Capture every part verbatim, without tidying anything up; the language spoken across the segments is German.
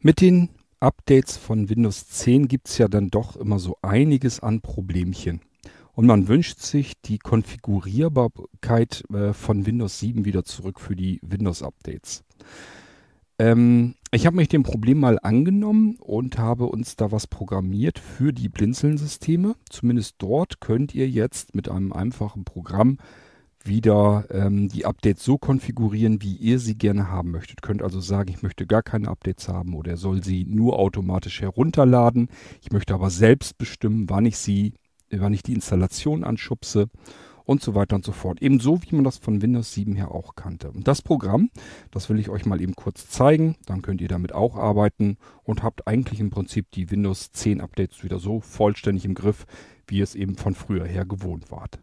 Mit den Updates von Windows zehn gibt es ja dann doch immer so einiges an Problemchen. Und man wünscht sich die Konfigurierbarkeit äh, von Windows sieben wieder zurück für die Windows-Updates. Ähm, ich habe mich dem Problem mal angenommen und habe uns da was programmiert für die Blinzeln-Systeme. Zumindest dort könnt ihr jetzt mit einem einfachen Programm wieder ähm, die Updates so konfigurieren, wie ihr sie gerne haben möchtet. Könnt also sagen, ich möchte gar keine Updates haben oder er soll sie nur automatisch herunterladen. Ich möchte aber selbst bestimmen, wann ich sie, wann ich die Installation anschubse und so weiter und so fort. Ebenso wie man das von Windows sieben her auch kannte. Und das Programm, das will ich euch mal eben kurz zeigen. Dann könnt ihr damit auch arbeiten und habt eigentlich im Prinzip die Windows zehn Updates wieder so vollständig im Griff, wie ihr es eben von früher her gewohnt wart.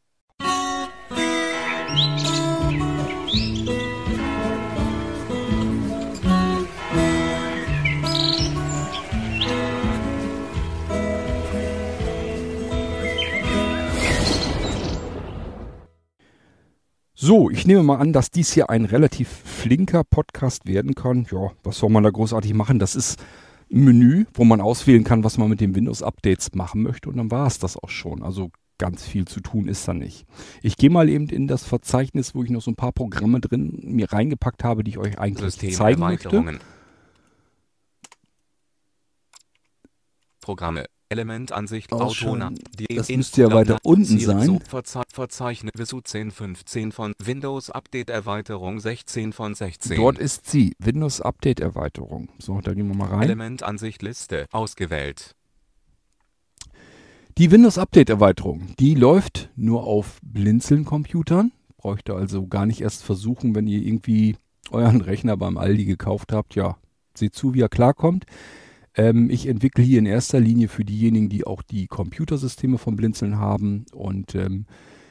So, ich nehme mal an, dass dies hier ein relativ flinker Podcast werden kann. Ja, was soll man da großartig machen? Das ist ein Menü, wo man auswählen kann, was man mit den Windows-Updates machen möchte. Und dann war es das auch schon. Also ganz viel zu tun ist da nicht. Ich gehe mal eben in das Verzeichnis, wo ich noch so ein paar Programme drin mir reingepackt habe, die ich euch eigentlich zeigen möchte. Programme. Elementansicht, Autona. Das müsste ja weiter unten sein. Verzeichnis W S U zehn fünfzehn von Windows Update Erweiterung sechzehn von sechzehn. Dort ist sie, Windows Update Erweiterung. So, da gehen wir mal rein. Elementansicht Liste ausgewählt. Die Windows Update Erweiterung, die läuft nur auf Blinzeln-Computern. Braucht ihr also gar nicht erst versuchen, wenn ihr irgendwie euren Rechner beim Aldi gekauft habt. Ja, seht zu, wie er klarkommt. Ähm, ich entwickle hier in erster Linie für diejenigen, die auch die Computersysteme von Blinzeln haben. Und ähm,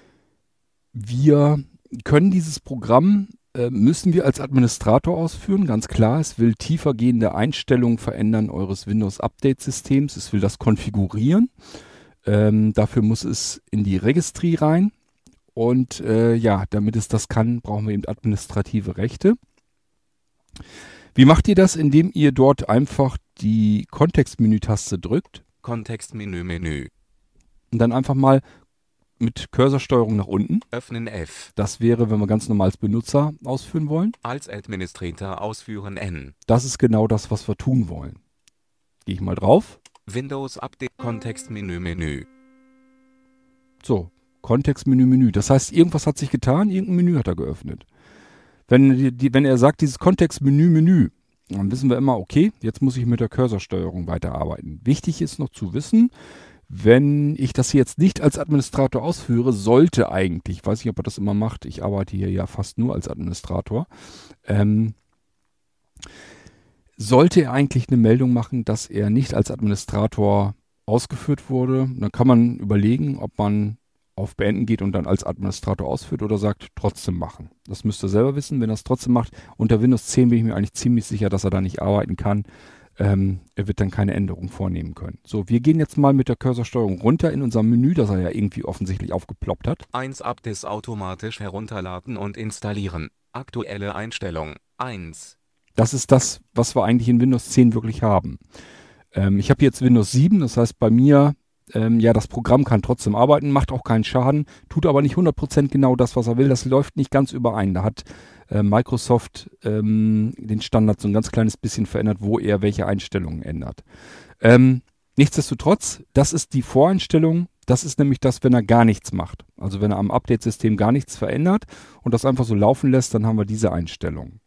wir können dieses Programm, äh, müssen wir als Administrator ausführen. Ganz klar, es will tiefergehende Einstellungen verändern eures Windows-Update-Systems. Es will das konfigurieren. Ähm, dafür muss es in die Registry rein. Und äh, ja, damit es das kann, brauchen wir eben administrative Rechte. Wie macht ihr das? Indem ihr dort einfach die Kontextmenü-Taste drückt. Kontextmenü, Menü. Und dann einfach mal mit Cursorsteuerung nach unten. Öffnen F. Das wäre, wenn wir ganz normal als Benutzer ausführen wollen. Als Administrator ausführen N. Das ist genau das, was wir tun wollen. Gehe ich mal drauf. Windows Update Kontextmenü, Menü. So, Kontextmenü, Menü. Das heißt, irgendwas hat sich getan, irgendein Menü hat er geöffnet. Wenn, die, die, wenn er sagt, dieses Kontextmenü, Menü, dann wissen wir immer, okay, jetzt muss ich mit der Cursorsteuerung weiterarbeiten. Wichtig ist noch zu wissen, wenn ich das jetzt nicht als Administrator ausführe, sollte eigentlich, ich weiß nicht, ob er das immer macht, ich arbeite hier ja fast nur als Administrator, ähm, sollte er eigentlich eine Meldung machen, dass er nicht als Administrator ausgeführt wurde. Dann kann man überlegen, ob man auf Beenden geht und dann als Administrator ausführt oder sagt, trotzdem machen. Das müsst ihr selber wissen. Wenn er es trotzdem macht, unter Windows zehn bin ich mir eigentlich ziemlich sicher, dass er da nicht arbeiten kann. Ähm, er wird dann keine Änderung vornehmen können. So, wir gehen jetzt mal mit der Cursorsteuerung runter in unser Menü, das er ja irgendwie offensichtlich aufgeploppt hat. eins Updates automatisch herunterladen und installieren. Aktuelle Einstellung eins. Das ist das, was wir eigentlich in Windows zehn wirklich haben. Ähm, ich habe jetzt Windows sieben, das heißt bei mir, ähm, ja, das Programm kann trotzdem arbeiten, macht auch keinen Schaden, tut aber nicht hundert Prozent genau das, was er will. Das läuft nicht ganz überein. Da hat äh, Microsoft ähm, den Standard so ein ganz kleines bisschen verändert, wo er welche Einstellungen ändert. Ähm, nichtsdestotrotz, das ist die Voreinstellung. Das ist nämlich das, wenn er gar nichts macht. Also wenn er am Update-System gar nichts verändert und das einfach so laufen lässt, dann haben wir diese Einstellung.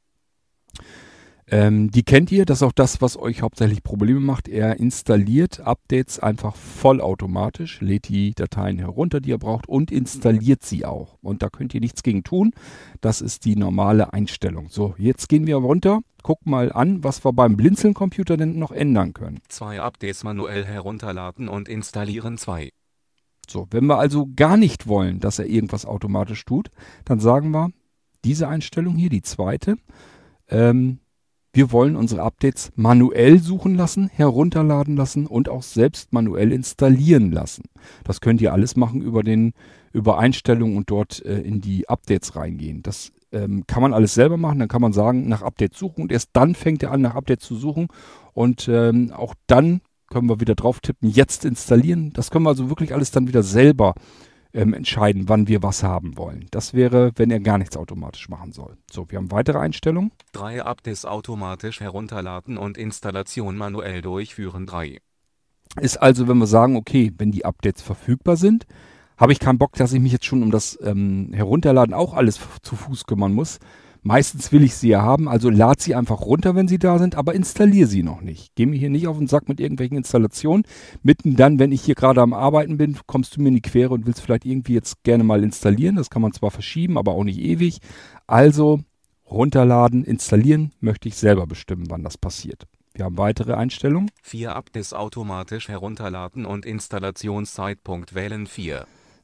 Ähm, die kennt ihr, das ist auch das, was euch hauptsächlich Probleme macht. Er installiert Updates einfach vollautomatisch, lädt die Dateien herunter, die ihr braucht und installiert sie auch. Und da könnt ihr nichts gegen tun. Das ist die normale Einstellung. So, jetzt gehen wir runter, gucken mal an, was wir beim Blinzeln-Computer denn noch ändern können. Zwei Updates manuell herunterladen und installieren zwei. So, wenn wir also gar nicht wollen, dass er irgendwas automatisch tut, dann sagen wir, diese Einstellung hier, die zweite, ähm, wir wollen unsere Updates manuell suchen lassen, herunterladen lassen und auch selbst manuell installieren lassen. Das könnt ihr alles machen über den über Einstellungen und dort äh, in die Updates reingehen. Das ähm, kann man alles selber machen. Dann kann man sagen, nach Update suchen und erst dann fängt er an, nach Update zu suchen. Und ähm, auch dann können wir wieder drauf tippen, jetzt installieren. Das können wir also wirklich alles dann wieder selber ähm, entscheiden, wann wir was haben wollen. Das wäre, wenn er gar nichts automatisch machen soll. So, wir haben weitere Einstellungen. drei Updates automatisch herunterladen und Installation manuell durchführen. drei. Ist also, wenn wir sagen, okay, wenn die Updates verfügbar sind, habe ich keinen Bock, dass ich mich jetzt schon um das ähm, Herunterladen auch alles f- zu Fuß kümmern muss. Meistens will ich sie ja haben, also lad sie einfach runter, wenn sie da sind, aber installiere sie noch nicht. Geh mir hier nicht auf den Sack mit irgendwelchen Installationen. Mitten dann, wenn ich hier gerade am Arbeiten bin, kommst du mir in die Quere und willst vielleicht irgendwie jetzt gerne mal installieren. Das kann man zwar verschieben, aber auch nicht ewig. Also runterladen, installieren, möchte ich selber bestimmen, wann das passiert. Wir haben weitere Einstellungen. vier Updates automatisch herunterladen und Installationszeitpunkt wählen. vier.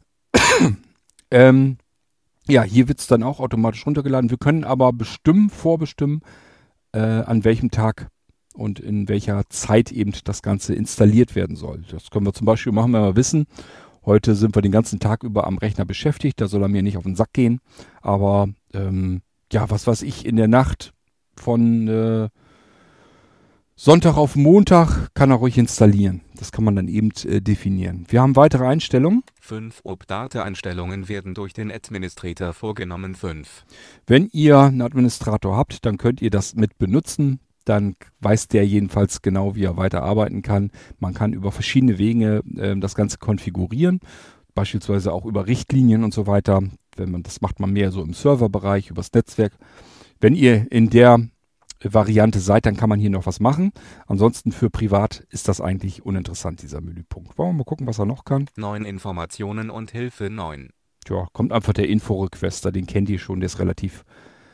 Ähm, ja, hier wird es dann auch automatisch runtergeladen. Wir können aber bestimmen, vorbestimmen, äh, an welchem Tag und in welcher Zeit eben das Ganze installiert werden soll. Das können wir zum Beispiel machen, wenn wir wissen, heute sind wir den ganzen Tag über am Rechner beschäftigt, da soll er mir nicht auf den Sack gehen. Aber ähm, ja, was weiß ich, in der Nacht von äh, Sonntag auf Montag kann er ruhig installieren. Das kann man dann eben äh, definieren. Wir haben weitere Einstellungen. fünf. Update-Einstellungen werden durch den Administrator vorgenommen. fünf. Wenn ihr einen Administrator habt, dann könnt ihr das mit benutzen. Dann weiß der jedenfalls genau, wie er weiterarbeiten kann. Man kann über verschiedene Wege äh, das Ganze konfigurieren. Beispielsweise auch über Richtlinien und so weiter. Wenn man, das macht man mehr so im Serverbereich, übers Netzwerk. Wenn ihr in der Variante seid, dann kann man hier noch was machen. Ansonsten für privat ist das eigentlich uninteressant, dieser Menüpunkt. Wollen wir mal gucken, was er noch kann. neun. Informationen und Hilfe. neun. Tja, kommt einfach der Info-Requester, den kennt ihr schon, der ist relativ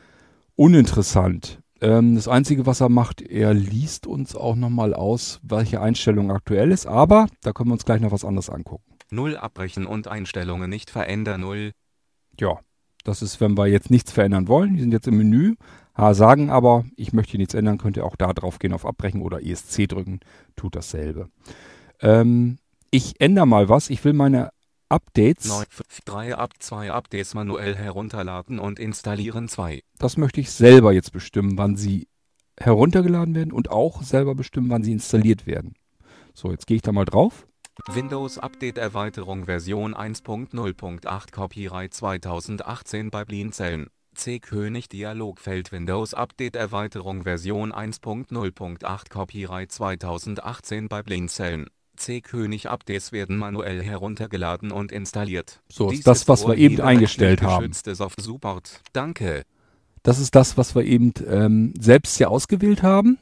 uninteressant. Ähm, das Einzige, was er macht, er liest uns auch nochmal aus, welche Einstellung aktuell ist, aber da können wir uns gleich noch was anderes angucken. null. Abbrechen und Einstellungen nicht verändern. null. Ja, das ist, wenn wir jetzt nichts verändern wollen. Wir sind jetzt im Menü, ha, sagen aber, ich möchte nichts ändern, könnt ihr auch da drauf gehen auf Abbrechen oder E S C drücken, tut dasselbe. Ähm, ich ändere mal was, ich will meine Updates, neun. drei. Ab zwei Updates manuell herunterladen und installieren. zwei. das möchte ich selber jetzt bestimmen, wann sie heruntergeladen werden und auch selber bestimmen, wann sie installiert werden. So, jetzt gehe ich da mal drauf. Windows Update Erweiterung Version eins Punkt null Punkt acht Copyright zweitausendachtzehn bei Blinzeln. C. König Dialogfeld Windows Update Erweiterung Version eins Punkt null Punkt acht Copyright zweitausendachtzehn bei Blinzeln. C. König Updates werden manuell heruntergeladen und installiert. So, Dies ist das, ist was wir eben urheberrechtlich eingestellt haben. geschützte Soft Support. Danke. Das ist das, was wir eben ähm, selbst hier ausgewählt haben.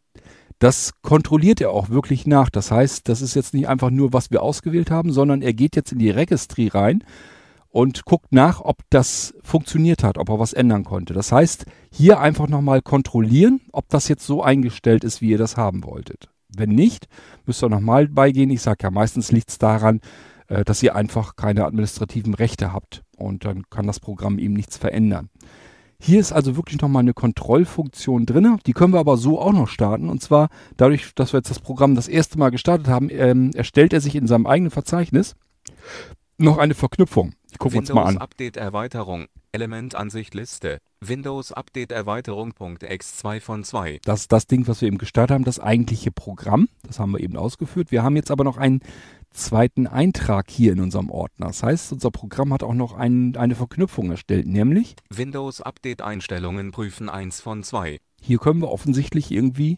Das kontrolliert er auch wirklich nach. Das heißt, das ist jetzt nicht einfach nur, was wir ausgewählt haben, sondern er geht jetzt in die Registry rein und guckt nach, ob das funktioniert hat, ob er was ändern konnte. Das heißt, hier einfach nochmal kontrollieren, ob das jetzt so eingestellt ist, wie ihr das haben wolltet. Wenn nicht, müsst ihr nochmal beigehen. Ich sage ja, meistens liegt es daran, äh, dass ihr einfach keine administrativen Rechte habt. Und dann kann das Programm eben nichts verändern. Hier ist also wirklich nochmal eine Kontrollfunktion drin. Die können wir aber so auch noch starten. Und zwar dadurch, dass wir jetzt das Programm das erste Mal gestartet haben, ähm, erstellt er sich in seinem eigenen Verzeichnis noch eine Verknüpfung. Die gucken wir uns mal Windows an. Update Erweiterung. Elementansicht Liste. Windows Update Erweiterung .x zwei von zwei. Das ist das Ding, was wir eben gestartet haben, das eigentliche Programm. Das haben wir eben ausgeführt. Wir haben jetzt aber noch einen zweiten Eintrag hier in unserem Ordner. Das heißt, unser Programm hat auch noch ein, eine Verknüpfung erstellt, nämlich Windows Update Einstellungen prüfen eins von zwei. hier können wir offensichtlich irgendwie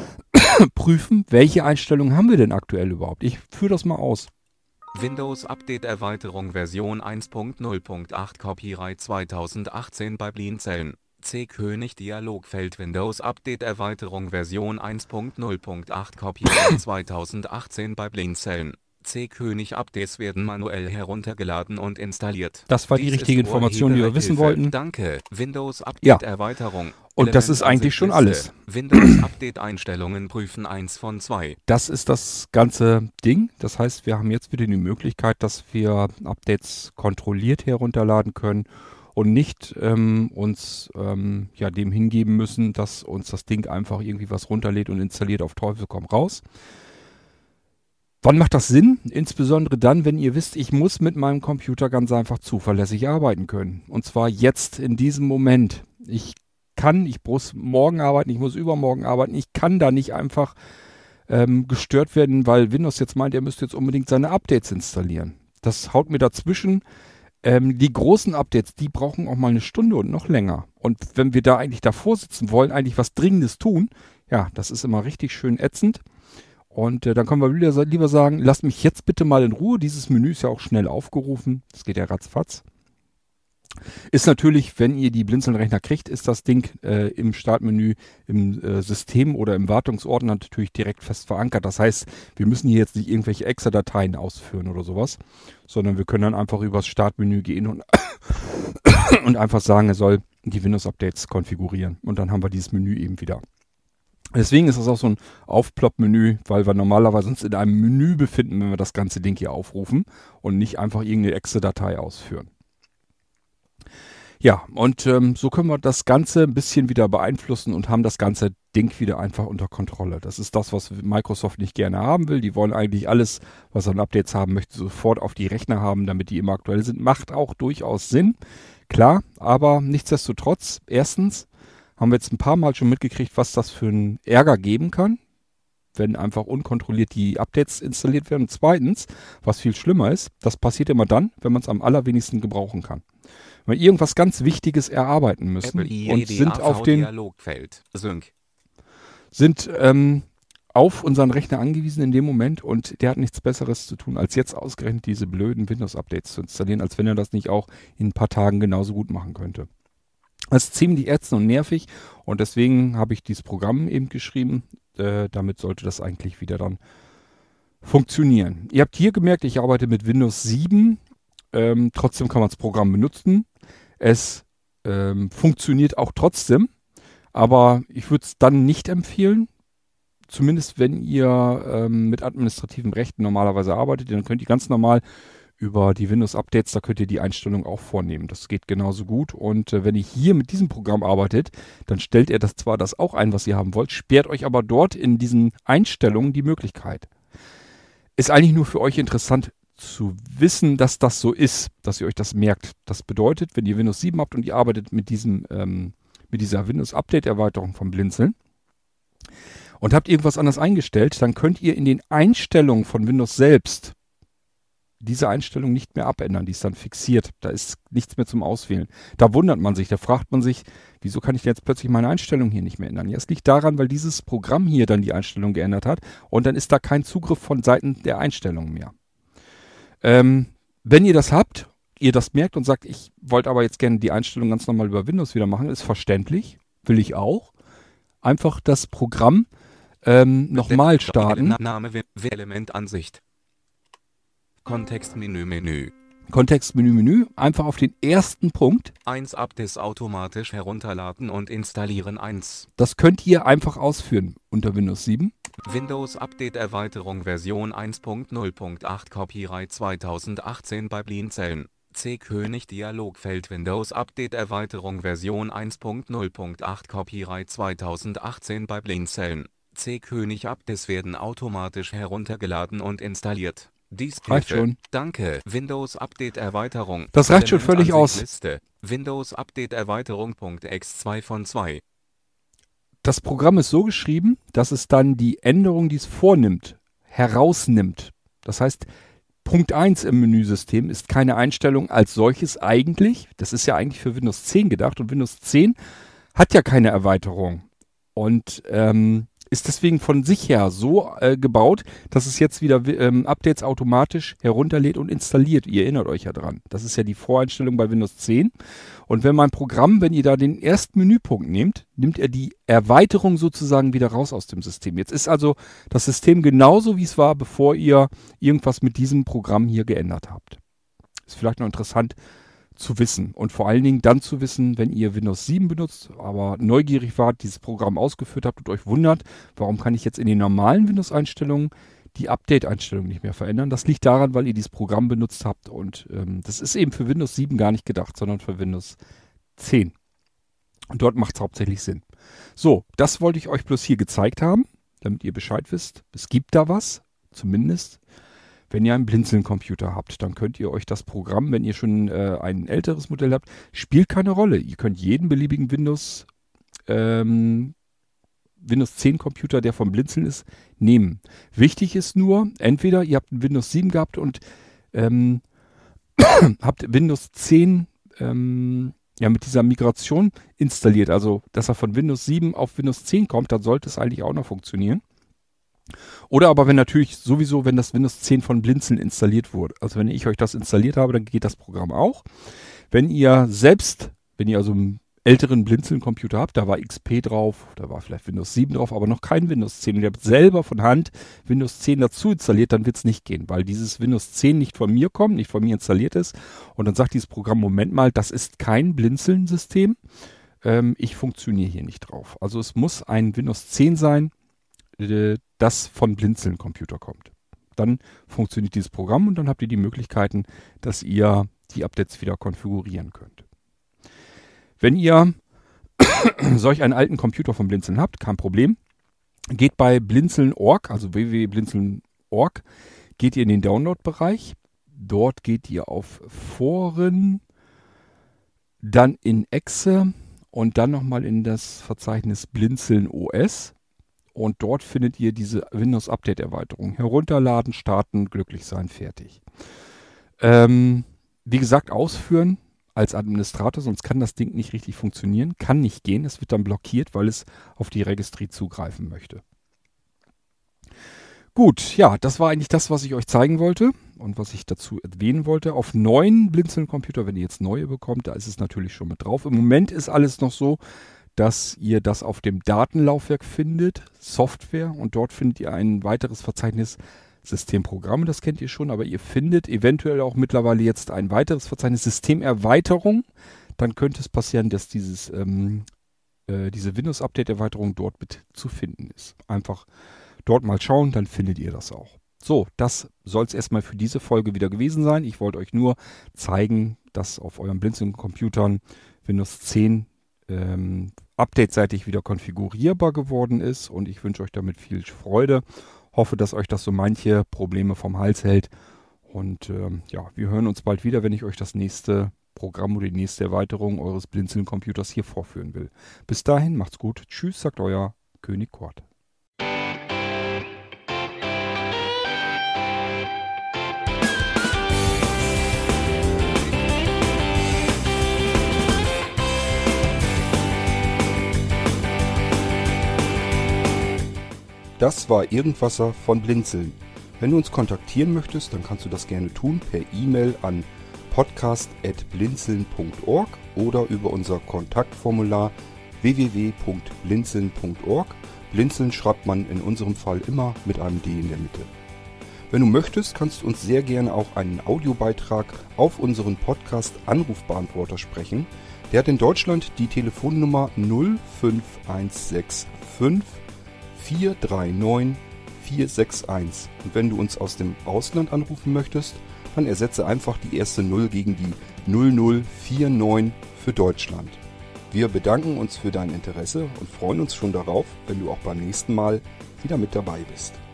prüfen, welche Einstellungen haben wir denn aktuell überhaupt. Ich führe das mal aus. Windows Update Erweiterung Version eins Punkt null Punkt acht Copyright zweitausendachtzehn bei Blinzeln. C. König Dialogfeld Windows Update Erweiterung Version eins Punkt null Punkt acht Copyright zweitausendachtzehn bei Blinzeln. C. König Updates werden manuell heruntergeladen und installiert. Das war die Dies richtige ist Information, die wir wissen Urheberrechtshilfe. wollten. Danke. Windows Update Ja. Erweiterung. Und das ist eigentlich schon alles. Windows Update Einstellungen prüfen eins von zwei. Das ist das ganze Ding. Das heißt, wir haben jetzt wieder die Möglichkeit, dass wir Updates kontrolliert herunterladen können und nicht ähm, uns ähm, ja, dem hingeben müssen, dass uns das Ding einfach irgendwie was runterlädt und installiert auf Teufel komm raus. Wann macht das Sinn? Insbesondere dann, wenn ihr wisst, ich muss mit meinem Computer ganz einfach zuverlässig arbeiten können. Und zwar jetzt, in diesem Moment. Ich kann, ich muss morgen arbeiten, ich muss übermorgen arbeiten. Ich kann da nicht einfach ähm, gestört werden, weil Windows jetzt meint, er müsste jetzt unbedingt seine Updates installieren. Das haut mir dazwischen. Ähm, die großen Updates, die brauchen auch mal eine Stunde und noch länger. Und wenn wir da eigentlich davor sitzen wollen, eigentlich was Dringendes tun, ja, das ist immer richtig schön ätzend. Und äh, dann können wir wieder, lieber sagen, lasst mich jetzt bitte mal in Ruhe. Dieses Menü ist ja auch schnell aufgerufen. Das geht ja ratzfatz. Ist natürlich, wenn ihr die Blinzeln-Rechner kriegt, ist das Ding äh, im Startmenü, im äh, System oder im Wartungsordner natürlich direkt fest verankert. Das heißt, wir müssen hier jetzt nicht irgendwelche Exe-Dateien ausführen oder sowas, sondern wir können dann einfach übers Startmenü gehen und, und einfach sagen, er soll die Windows-Updates konfigurieren. Und dann haben wir dieses Menü eben wieder. Deswegen ist das auch so ein Aufplopp-Menü, weil wir normalerweise uns in einem Menü befinden, wenn wir das ganze Ding hier aufrufen und nicht einfach irgendeine Exe-Datei ausführen. Ja, und ähm, so können wir das Ganze ein bisschen wieder beeinflussen und haben das ganze Ding wieder einfach unter Kontrolle. Das ist das, was Microsoft nicht gerne haben will. Die wollen eigentlich alles, was an Updates haben möchte, sofort auf die Rechner haben, damit die immer aktuell sind. Macht auch durchaus Sinn, klar, aber nichtsdestotrotz, erstens, haben wir jetzt ein paar Mal schon mitgekriegt, was das für einen Ärger geben kann, wenn einfach unkontrolliert die Updates installiert werden. Und zweitens, was viel schlimmer ist, das passiert immer dann, wenn man es am allerwenigsten gebrauchen kann. Wenn wir irgendwas ganz Wichtiges erarbeiten müssen und sind auf den Dialogfeld. Sync. sind ähm, auf unseren Rechner angewiesen in dem Moment und der hat nichts Besseres zu tun, als jetzt ausgerechnet diese blöden Windows-Updates zu installieren, als wenn er das nicht auch in ein paar Tagen genauso gut machen könnte. Das ist ziemlich ätzend und nervig und deswegen habe ich dieses Programm eben geschrieben. Äh, damit sollte das eigentlich wieder dann funktionieren. Ihr habt hier gemerkt, ich arbeite mit Windows sieben. Ähm, trotzdem kann man das Programm benutzen. Es ähm, funktioniert auch trotzdem, aber ich würde es dann nicht empfehlen. Zumindest wenn ihr ähm, mit administrativen Rechten normalerweise arbeitet, dann könnt ihr ganz normal über die Windows-Updates, da könnt ihr die Einstellung auch vornehmen. Das geht genauso gut. Und äh, wenn ihr hier mit diesem Programm arbeitet, dann stellt er das zwar das auch ein, was ihr haben wollt, sperrt euch aber dort in diesen Einstellungen die Möglichkeit. Ist eigentlich nur für euch interessant zu wissen, dass das so ist, dass ihr euch das merkt. Das bedeutet, wenn ihr Windows sieben habt und ihr arbeitet mit diesem, ähm, mit dieser Windows-Update-Erweiterung vom Blinzeln und habt irgendwas anders eingestellt, dann könnt ihr in den Einstellungen von Windows selbst diese Einstellung nicht mehr abändern, die ist dann fixiert. Da ist nichts mehr zum Auswählen. Da wundert man sich, da fragt man sich, wieso kann ich denn jetzt plötzlich meine Einstellung hier nicht mehr ändern? Ja, es liegt daran, weil dieses Programm hier dann die Einstellung geändert hat und dann ist da kein Zugriff von Seiten der Einstellungen mehr. Ähm, wenn ihr das habt, ihr das merkt und sagt, ich wollte aber jetzt gerne die Einstellung ganz normal über Windows wieder machen, ist verständlich, will ich auch. Einfach das Programm ähm, nochmal starten. Name, Elementansicht. Kontextmenü, Menü. Kontextmenü, Menü. Einfach auf den ersten Punkt. eins Updates automatisch herunterladen und installieren eins. Das könnt ihr einfach ausführen unter Windows sieben. Windows Update Erweiterung Version eins Punkt null Punkt acht Copyright zweitausendachtzehn bei Blinzeln. C. König Dialogfeld Windows Update Erweiterung Version eins Punkt null Punkt acht Copyright zweitausendachtzehn bei Blinzeln. C. König Updates werden automatisch heruntergeladen und installiert. Dies reicht schon. Danke. Windows Update Erweiterung. Das reicht schon völlig aus. Liste. Windows Update Erweiterung X zwei von zwei. Das Programm ist so geschrieben, dass es dann die Änderung, die es vornimmt, herausnimmt. Das heißt, Punkt eins im Menüsystem ist keine Einstellung als solches eigentlich. Das ist ja eigentlich für Windows zehn gedacht und Windows zehn hat ja keine Erweiterung. Und ähm, ist deswegen von sich her so äh, gebaut, dass es jetzt wieder ähm, Updates automatisch herunterlädt und installiert. Ihr erinnert euch ja dran. Das ist ja die Voreinstellung bei Windows zehn. Und wenn mein Programm, wenn ihr da den ersten Menüpunkt nehmt, nimmt er die Erweiterung sozusagen wieder raus aus dem System. Jetzt ist also das System genauso, wie es war, bevor ihr irgendwas mit diesem Programm hier geändert habt. Ist vielleicht noch interessant zu wissen und vor allen Dingen dann zu wissen, wenn ihr Windows sieben benutzt, aber neugierig wart, dieses Programm ausgeführt habt und euch wundert, warum kann ich jetzt in den normalen Windows-Einstellungen die Update-Einstellung nicht mehr verändern. Das liegt daran, weil ihr dieses Programm benutzt habt und ähm, das ist eben für Windows sieben gar nicht gedacht, sondern für Windows zehn. Und dort macht es hauptsächlich Sinn. So, das wollte ich euch bloß hier gezeigt haben, damit ihr Bescheid wisst. Es gibt da was. Zumindest, wenn ihr einen Blinzeln-Computer habt. Dann könnt ihr euch das Programm, wenn ihr schon äh, ein älteres Modell habt, spielt keine Rolle. Ihr könnt jeden beliebigen Windows, ähm, Windows zehn Computer, der vom Blinzeln ist, nehmen. Wichtig ist nur, entweder ihr habt einen Windows sieben gehabt und ähm, habt Windows zehn ähm, ja, mit dieser Migration installiert, also dass er von Windows sieben auf Windows zehn kommt, dann sollte es eigentlich auch noch funktionieren. Oder aber wenn natürlich sowieso, wenn das Windows zehn von Blinzeln installiert wurde. Also wenn ich euch das installiert habe, dann geht das Programm auch. Wenn ihr selbst, wenn ihr also einen älteren Blinzeln-Computer habt, da war X P drauf, da war vielleicht Windows sieben drauf, aber noch kein Windows zehn. Und ihr habt selber von Hand Windows zehn dazu installiert, dann wird es nicht gehen, weil dieses Windows zehn nicht von mir kommt, nicht von mir installiert ist. Und dann sagt dieses Programm, Moment mal, das ist kein Blinzeln-System. Ähm, ich funktioniere hier nicht drauf. Also es muss ein Windows zehn sein, das von Blinzeln-Computer kommt. Dann funktioniert dieses Programm und dann habt ihr die Möglichkeiten, dass ihr die Updates wieder konfigurieren könnt. Wenn ihr solch einen alten Computer von Blinzeln habt, kein Problem, geht bei blinzeln punkt org, also w w w punkt blinzeln punkt org, geht ihr in den Download-Bereich. Dort geht ihr auf Foren, dann in Exe und dann nochmal in das Verzeichnis Blinzeln O S. Und dort findet ihr diese Windows-Update-Erweiterung. Herunterladen, starten, glücklich sein, fertig. Ähm, wie gesagt, ausführen als Administrator, sonst kann das Ding nicht richtig funktionieren. Kann nicht gehen, es wird dann blockiert, weil es auf die Registry zugreifen möchte. Gut, ja, das war eigentlich das, was ich euch zeigen wollte und was ich dazu erwähnen wollte. Auf neuen Blinzeln-Computer, wenn ihr jetzt neue bekommt, da ist es natürlich schon mit drauf. Im Moment ist alles noch so, dass ihr das auf dem Datenlaufwerk findet, Software, und dort findet ihr ein weiteres Verzeichnis Systemprogramme, das kennt ihr schon, aber ihr findet eventuell auch mittlerweile jetzt ein weiteres Verzeichnis Systemerweiterung. Dann könnte es passieren, dass dieses, ähm, äh, diese Windows-Update-Erweiterung dort mit zu finden ist. Einfach dort mal schauen, dann findet ihr das auch. So, das soll es erstmal für diese Folge wieder gewesen sein. Ich wollte euch nur zeigen, dass auf euren Blinzeln-Computern Windows zehn ähm, updateseitig wieder konfigurierbar geworden ist und ich wünsche euch damit viel Freude. Hoffe, dass euch das so manche Probleme vom Hals hält und ähm, ja, wir hören uns bald wieder, wenn ich euch das nächste Programm oder die nächste Erweiterung eures Blinzeln-Computers hier vorführen will. Bis dahin, macht's gut. Tschüss, sagt euer König Kurt. Das war Irgendwasser von Blinzeln. Wenn du uns kontaktieren möchtest, dann kannst du das gerne tun per E-Mail an podcast at blinzeln punkt org oder über unser Kontaktformular w w w punkt blinzeln punkt org. Blinzeln schreibt man in unserem Fall immer mit einem D in der Mitte. Wenn du möchtest, kannst du uns sehr gerne auch einen Audiobeitrag auf unseren Podcast Anrufbeantworter sprechen. Der hat in Deutschland die Telefonnummer null fünf eins sechs fünf vier drei neun vier sechs eins. Und wenn du uns aus dem Ausland anrufen möchtest, dann ersetze einfach die erste null gegen die null null vier neun für Deutschland. Wir bedanken uns für dein Interesse und freuen uns schon darauf, wenn du auch beim nächsten Mal wieder mit dabei bist.